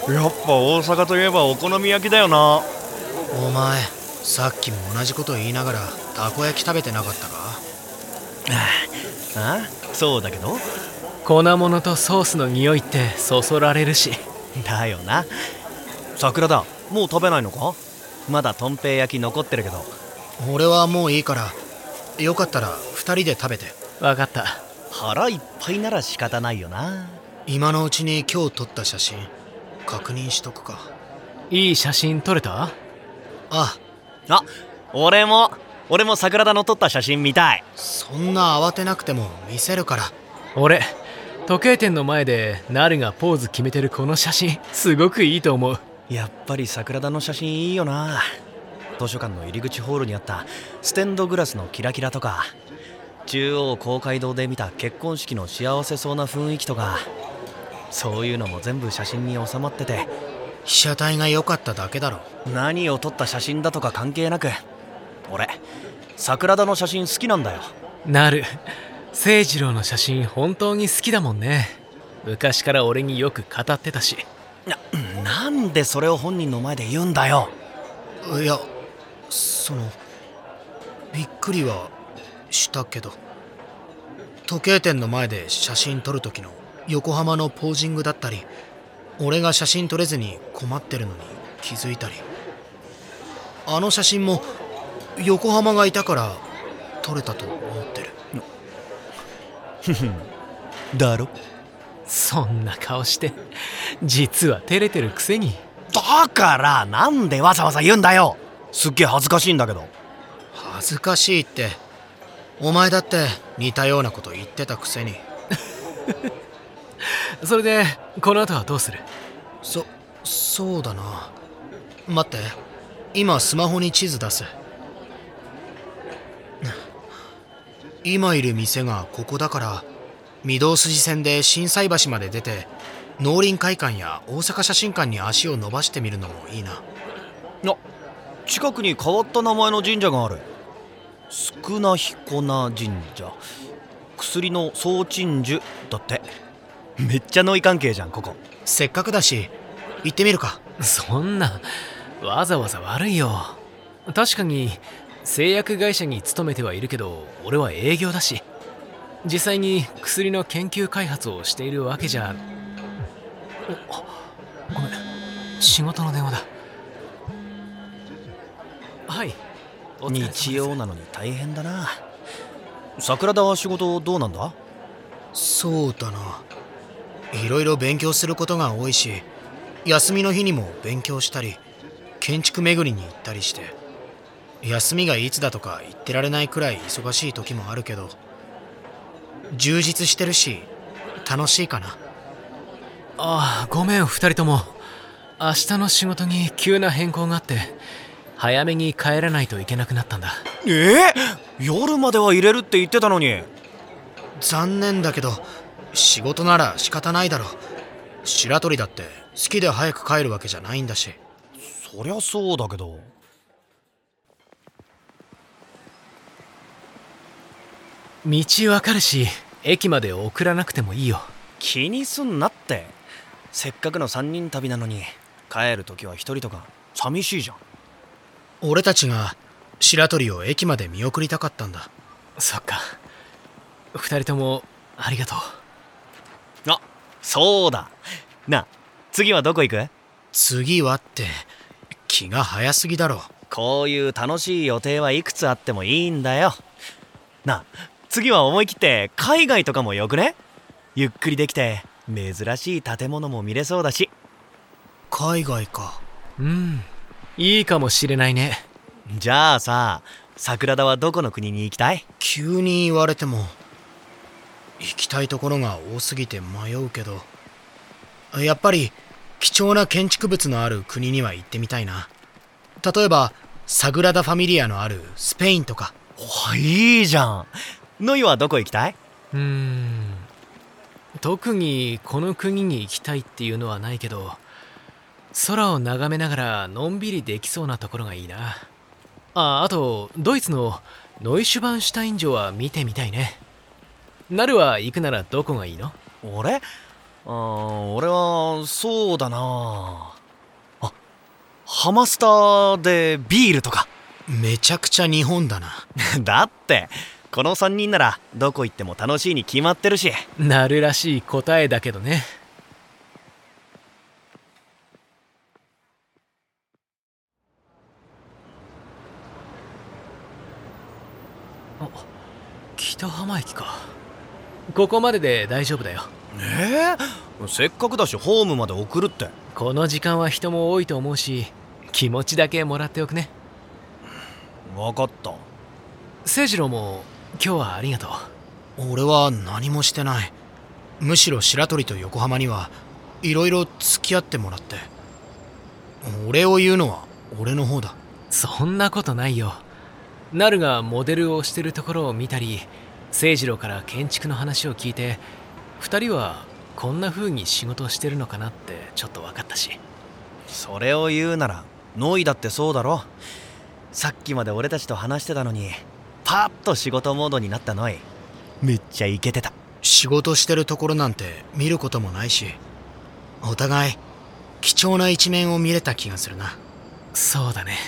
やっぱ大阪といえばお好み焼きだよな。 お前さっきも同じこと言いながらたこ焼き食べてなかったか？ あ、そうだけど。 粉物とソースの匂いってそそられるし。 だよな。桜田、もう食べないのか？まだとんぺい焼き残ってるけど。 俺はもういいから、よかったら2人で食べて。 わかった。 腹いっぱいなら仕方ないよな。 今のうちに今日撮った写真確認しとくか。 いい写真撮れた？ あ、 俺も桜田の撮った写真見たい。 そんな慌てなくても見せるから。 俺時計店の前でナルがポーズ決めてるこの写真すごくいいと思う。 やっぱり桜田の写真いいよな。図書館の入り口ホールにあったステンドグラスのキラキラとか、中央公会堂で見た結婚式の幸せそうな雰囲気とか、そういうのも全部写真に収まってて、 被写体が良かっただけだろ。 何を撮った写真だとか関係なく、俺桜田の写真好きなんだよ。 ナル、誠二郎の写真本当に好きだもんね。昔から俺によく語ってたし。 なんでそれを本人の前で言うんだよ。 いや、びっくりはしたけど、時計店の前で写真撮る時の横浜のポージングだったり、俺が写真撮れずに困ってるのに気づいたり、あの写真も横浜がいたから撮れたと思ってる。 だろ。 そんな顔して実は照れてるくせに。 だからなんでわざわざ言うんだよ。すっげえ恥ずかしいんだけど。 恥ずかしいって、お前だって似たようなこと言ってたくせに。 それでこの後はどうする？ そうだな。待って、今スマホに地図出す。今いる店がここだから、御堂筋線で心斎橋まで出て農林会館や大阪写真館に足を伸ばしてみるのもいいな。 近くに変わった名前の神社がある。宿名彦名神社、薬の総鎮守だって。めっちゃノイ関係じゃんここ。 せっかくだし行ってみるか。 そんなわざわざ悪いよ。確かに製薬会社に勤めてはいるけど、俺は営業だし、実際に薬の研究開発をしているわけじゃ。ごめん、仕事の電話だ。はい、 日曜なのに大変だな。桜田は仕事どうなんだ？ そうだな、いろいろ勉強することが多いし、休みの日にも勉強したり建築巡りに行ったりして、休みがいつだとか言ってられないくらい忙しい時もあるけど、充実してるし楽しいかな。 ああ、ごめん二人とも。明日の仕事に急な変更があって早めに帰らないといけなくなったんだ。 夜までは入れるって言ってたのに。 残念だけど仕事なら仕方ないだろ。白鳥だって好きで早く帰るわけじゃないんだし。 そりゃそうだけど。 道わかるし駅まで送らなくてもいいよ。 気にすんなって。せっかくの3人旅なのに帰るときは1人とか寂しいじゃん。 俺たちが白鳥を駅まで見送りたかったんだ。 そっか、二人ともありがとう。 そうだなあ、次はどこ行く？ 次はって気が早すぎだろ。 こういう楽しい予定はいくつあってもいいんだよ。なあ、次は思い切って海外とかもよくね？ゆっくりできて珍しい建物も見れそうだし。 海外か。 いいかもしれないね。 じゃあさ、桜田はどこの国に行きたい？ 急に言われても行きたいところが多すぎて迷うけど、やっぱり貴重な建築物のある国には行ってみたいな。例えばサグラダ・ファミリアのあるスペインとか。 いいじゃん。ノイはどこ行きたい？ 特にこの国に行きたいっていうのはないけど、空を眺めながらのんびりできそうなところがいいな。あとドイツのノイシュバンシュタイン城は見てみたいね。ナルは行くならどこがいいの？ 俺はそうだなあ。ハマスターでビールとか。 めちゃくちゃ日本だな。 だってこの3人ならどこ行っても楽しいに決まってるし。 なるらしい答えだけどね。あ、北浜駅か。ここまでで大丈夫だよ。 せっかくだしホームまで送るって。 この時間は人も多いと思うし、気持ちだけもらっておくね。 分かった。 清次郎も今日はありがとう。 俺は何もしてない。むしろ白鳥と横浜にはいろいろ付き合ってもらって。俺を言うのは俺の方だ。 そんなことないよ。なるがモデルをしてるところを見たり、清次郎から建築の話を聞いて、2人はこんな風に仕事をしてるのかなってちょっと分かったし。 それを言うならノイだってそうだろ。さっきまで俺たちと話してたのにパッと仕事モードになったノイ。めっちゃイケてた。 仕事してるところなんて見ることもないし、お互い貴重な一面を見れた気がするな。 そうだね。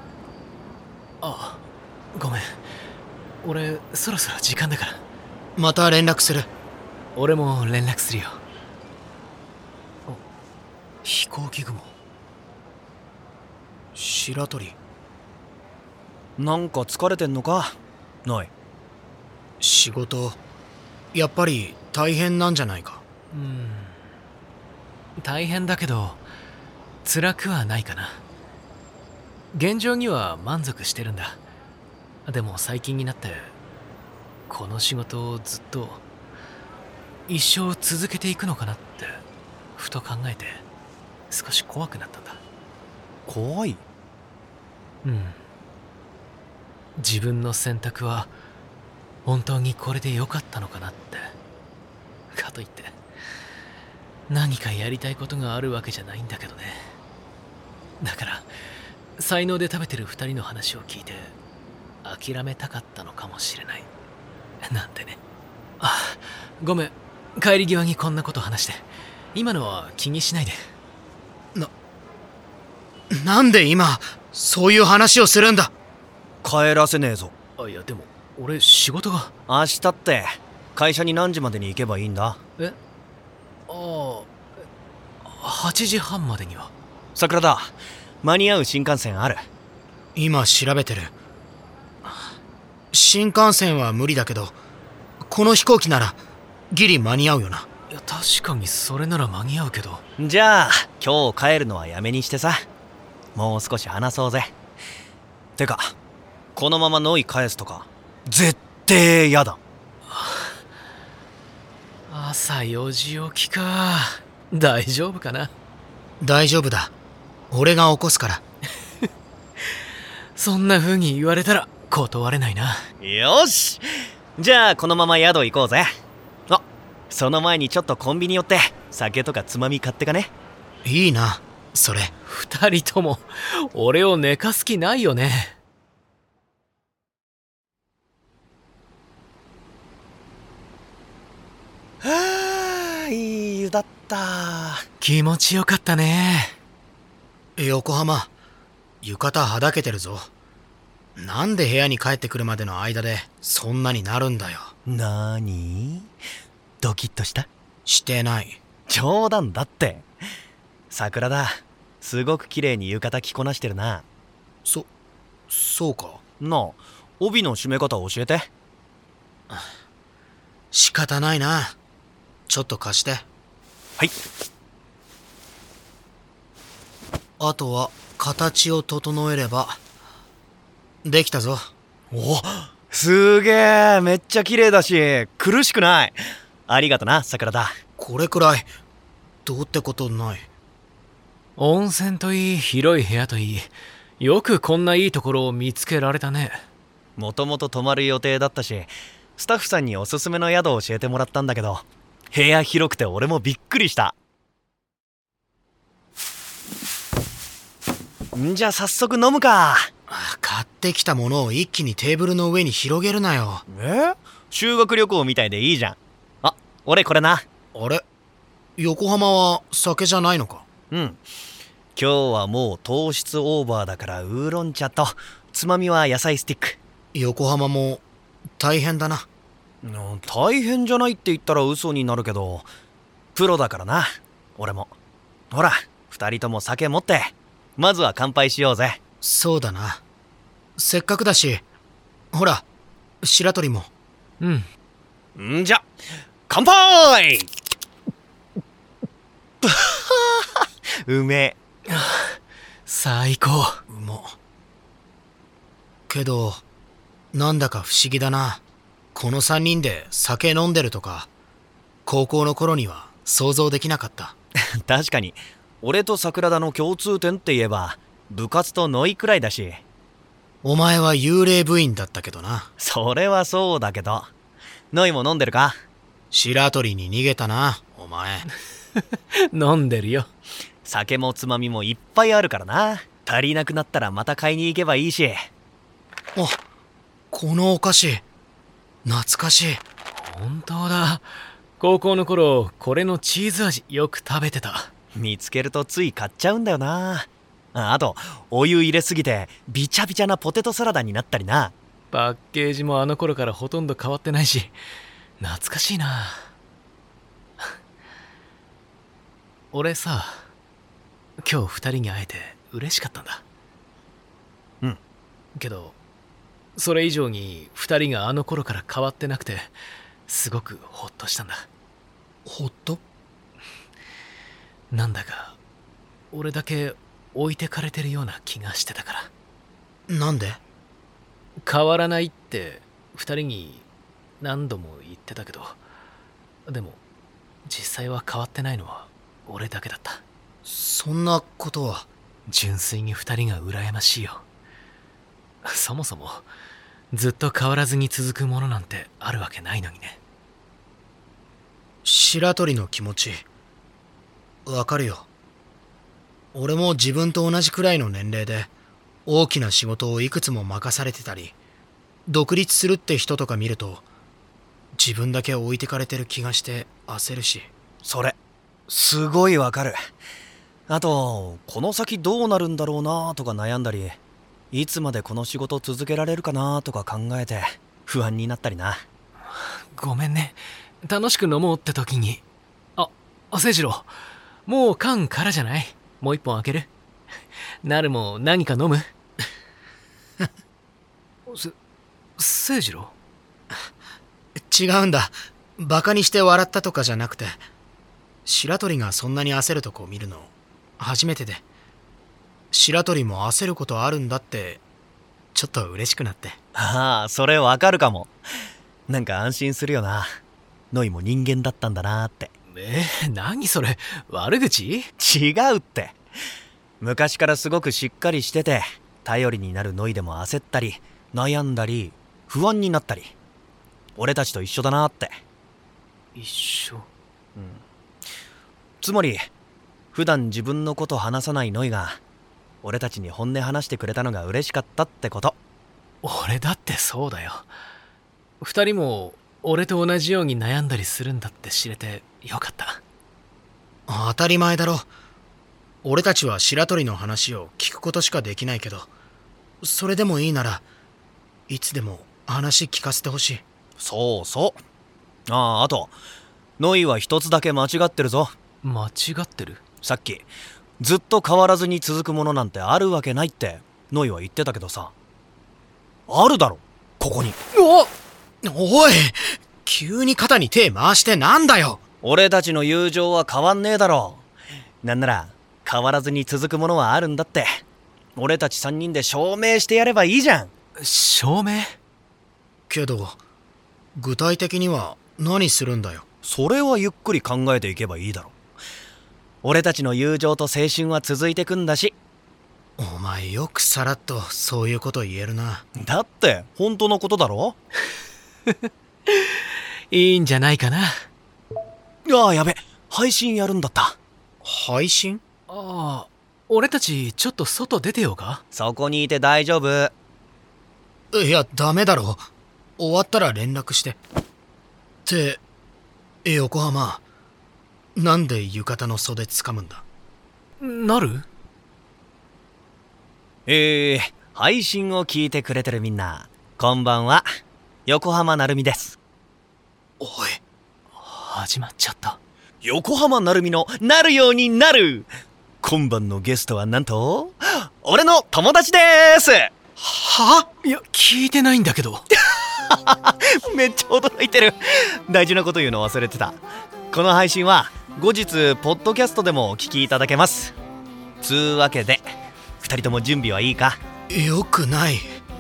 あ、ごめん。俺そろそろ時間だから。 また連絡する。 俺も連絡するよ。飛行機雲。 白鳥。 なんか疲れてんのかノイ。 仕事やっぱり大変なんじゃないか。 大変だけど辛くはないかな。現状には満足してるんだ。でも最近になってこの仕事をずっと一生続けていくのかなってふと考えて少し怖くなったんだ。 怖い？ 自分の選択は本当にこれで良かったのかなって。かといって何かやりたいことがあるわけじゃないんだけどね。だから才能で食べてる2人の話を聞いて諦めたかったのかもしれないなんてね。あ、ごめん。帰り際にこんなこと話して。今のは気にしないで。 なんで今そういう話をするんだ。 帰らせねえぞ。 いやでも俺仕事が。 明日って会社に何時までに行けばいいんだ？ 8時半までには。 桜田、間に合う新幹線ある？ 今調べてる。新幹線は無理だけどこの飛行機ならギリ間に合うよな。 いや確かにそれなら間に合うけど。 じゃあ今日帰るのはやめにしてさ。もう少し話そうぜ。てかこのままノイ返すとか絶対やだ。 朝4時起きか。大丈夫かな。 大丈夫だ。俺が起こすから。 そんな風に言われたら断れないな。 よし、じゃあこのまま宿行こうぜ。あ、その前にちょっとコンビニ寄って酒とかつまみ買ってかね。 いいなそれ。 2人とも俺を寝かす気ないよね。 はあ、いい湯だった。 気持ちよかったね。 横浜、浴衣はだけてるぞ。なんで部屋に帰ってくるまでの間でそんなになるんだよ。 なーに？ドキッとした？ してない。 冗談だって。桜だ、すごく綺麗に浴衣着こなしてるな。 そうかなあ、帯の締め方教えて。 仕方ないな。ちょっと貸して。 はい。 あとは形を整えればできたぞ。 お、すげえ、めっちゃ綺麗だし苦しくない。ありがとな桜田。 これくらいどうってことない。 温泉といい広い部屋といい、よくこんないいところを見つけられたね。 もともと泊まる予定だったしスタッフさんにおすすめの宿を教えてもらったんだけど、部屋広くて俺もびっくりした。んじゃ早速飲むか。 買ってきたものを一気にテーブルの上に広げるなよ。 修学旅行みたいでいいじゃん。あ、俺これな。 あれ、 横浜は酒じゃないのか？ うん。今日はもう糖質オーバーだからウーロン茶と、つまみは野菜スティック。 横浜も大変だな。 大変じゃないって言ったら嘘になるけど、プロだからな、俺も。ほら、二人とも酒持って、まずは乾杯しようぜ。 そうだな。せっかくだし、ほら、白鳥も。 んじゃ、乾杯うめえ。 最高。 うま。けど、なんだか不思議だな。この3人で酒飲んでるとか、高校の頃には想像できなかった。 確かに、俺と桜田の共通点って言えば、部活とノイくらいだし。 お前は幽霊部員だったけどな。 それはそうだけど。ノイも飲んでるか？ 白鳥に逃げたな、お前。 飲んでるよ。 酒もつまみもいっぱいあるからな。足りなくなったらまた買いに行けばいいし。 あ、このお菓子、懐かしい。 本当だ。高校の頃、これのチーズ味よく食べてた。 見つけるとつい買っちゃうんだよな。あと、お湯入れすぎてビチャビチャなポテトサラダになったりな。 パッケージもあの頃からほとんど変わってないし、懐かしいな。俺さ、今日二人に会えて嬉しかったんだ。 うん。 けど、それ以上に二人があの頃から変わってなくて、すごくホッとしたんだ。 ほっと？ なんだか、俺だけ置いてかれてるような気がしてたから。 なんで？ 変わらないって二人に何度も言ってたけど、でも実際は変わってないのは俺だけだった。 そんなことは。 純粋に二人が羨ましいよ。そもそもずっと変わらずに続くものなんてあるわけないのにね。 白鳥の気持ちわかるよ。俺も自分と同じくらいの年齢で大きな仕事をいくつも任されてたり、独立するって人とか見ると自分だけ置いてかれてる気がして焦るし。 それすごいわかる。あと、この先どうなるんだろうなとか悩んだり、いつまでこの仕事続けられるかなとか考えて不安になったりな。 ごめんね、楽しく飲もうって時に。誠次郎、もう缶空じゃない？もう一本開ける？なるも何か飲む？誠次郎？ 違うんだ。バカにして笑ったとかじゃなくて、白鳥がそんなに焦るとこを見るの初めてで、白鳥も焦ることあるんだってちょっと嬉しくなって。 ああ、それわかるかも。なんか安心するよな。ノイも人間だったんだなって。 何それ、悪口？ 違うって。昔からすごくしっかりしてて、頼りになるノイでも焦ったり悩んだり不安になったり、俺たちと一緒だなって。 一緒？ つまり普段自分のこと話さないノイが俺たちに本音話してくれたのが嬉しかったってこと。 俺だってそうだよ。二人も俺と同じように悩んだりするんだって知れてよかった。 当たり前だろ。俺たちは白鳥の話を聞くことしかできないけど、それでもいいならいつでも話聞かせてほしい。 そうそう。あとノイは一つだけ間違ってるぞ。 間違ってる？ さっきずっと変わらずに続くものなんてあるわけないってノイは言ってたけどさ、あるだろここに。 おい、急に肩に手回してなんだよ。 俺たちの友情は変わんねえだろ。なんなら変わらずに続くものはあるんだって、俺たち3人で証明してやればいいじゃん。 証明？ けど具体的には何するんだよ。 それはゆっくり考えていけばいいだろ。俺たちの友情と青春は続いてくんだし。 お前よくさらっとそういうこと言えるな。 だって本当のことだろ。 いいんじゃないかな。 やべ、配信やるんだった。 配信？ 俺たちちょっと外出てようか？ そこにいて大丈夫。 いやダメだろ。終わったら連絡して。って横浜、 なんで浴衣の袖掴むんだ？ なる？ 配信を聞いてくれてるみんな、こんばんは。横浜なるみです。 おい、 始まっちゃった。 横浜なるみのなるようになる。今晩のゲストはなんと俺の友達です。 いや、聞いてないんだけど。 めっちゃ驚いてる。大事なこと言うの忘れてた。この配信は後日ポッドキャストでもお聞きいただけます。つうわけで2人とも準備はいいか？ よくない。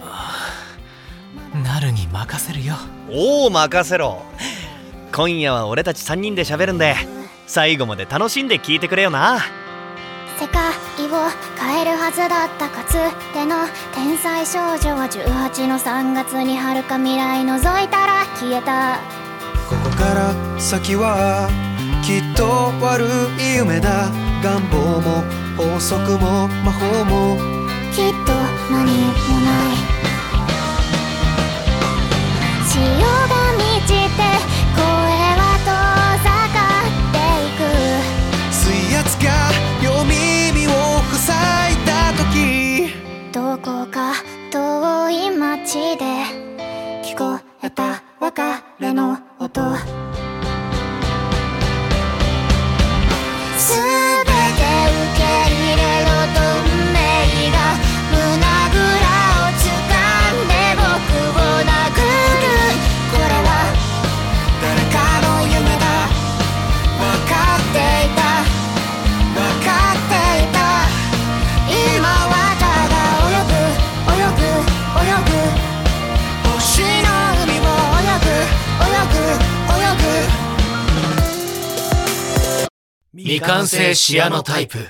なるに任せるよ。 おお、任せろ。今夜は俺たち3人で喋るんで、最後まで楽しんで聞いてくれよな。 世界を変えるはずだったかつての天才少女は18の3月に遥か未来覗いたら消えた。 ここから先はきっと悪い夢だ。願望も法則も魔法もきっと何もない。潮が満ちて声は遠ざかっていく。 水圧が両耳を塞いだ時、 どこか遠い街で聞こえた別れの音。すべて受け入れろと運命が胸ぐらを掴んで僕を殴る。これは誰かの夢だ。 分かっていた分かっていた。今はただ泳ぐ泳ぐ泳ぐ星の海を泳ぐ泳ぐ泳ぐ。 未完成シアノタイプ。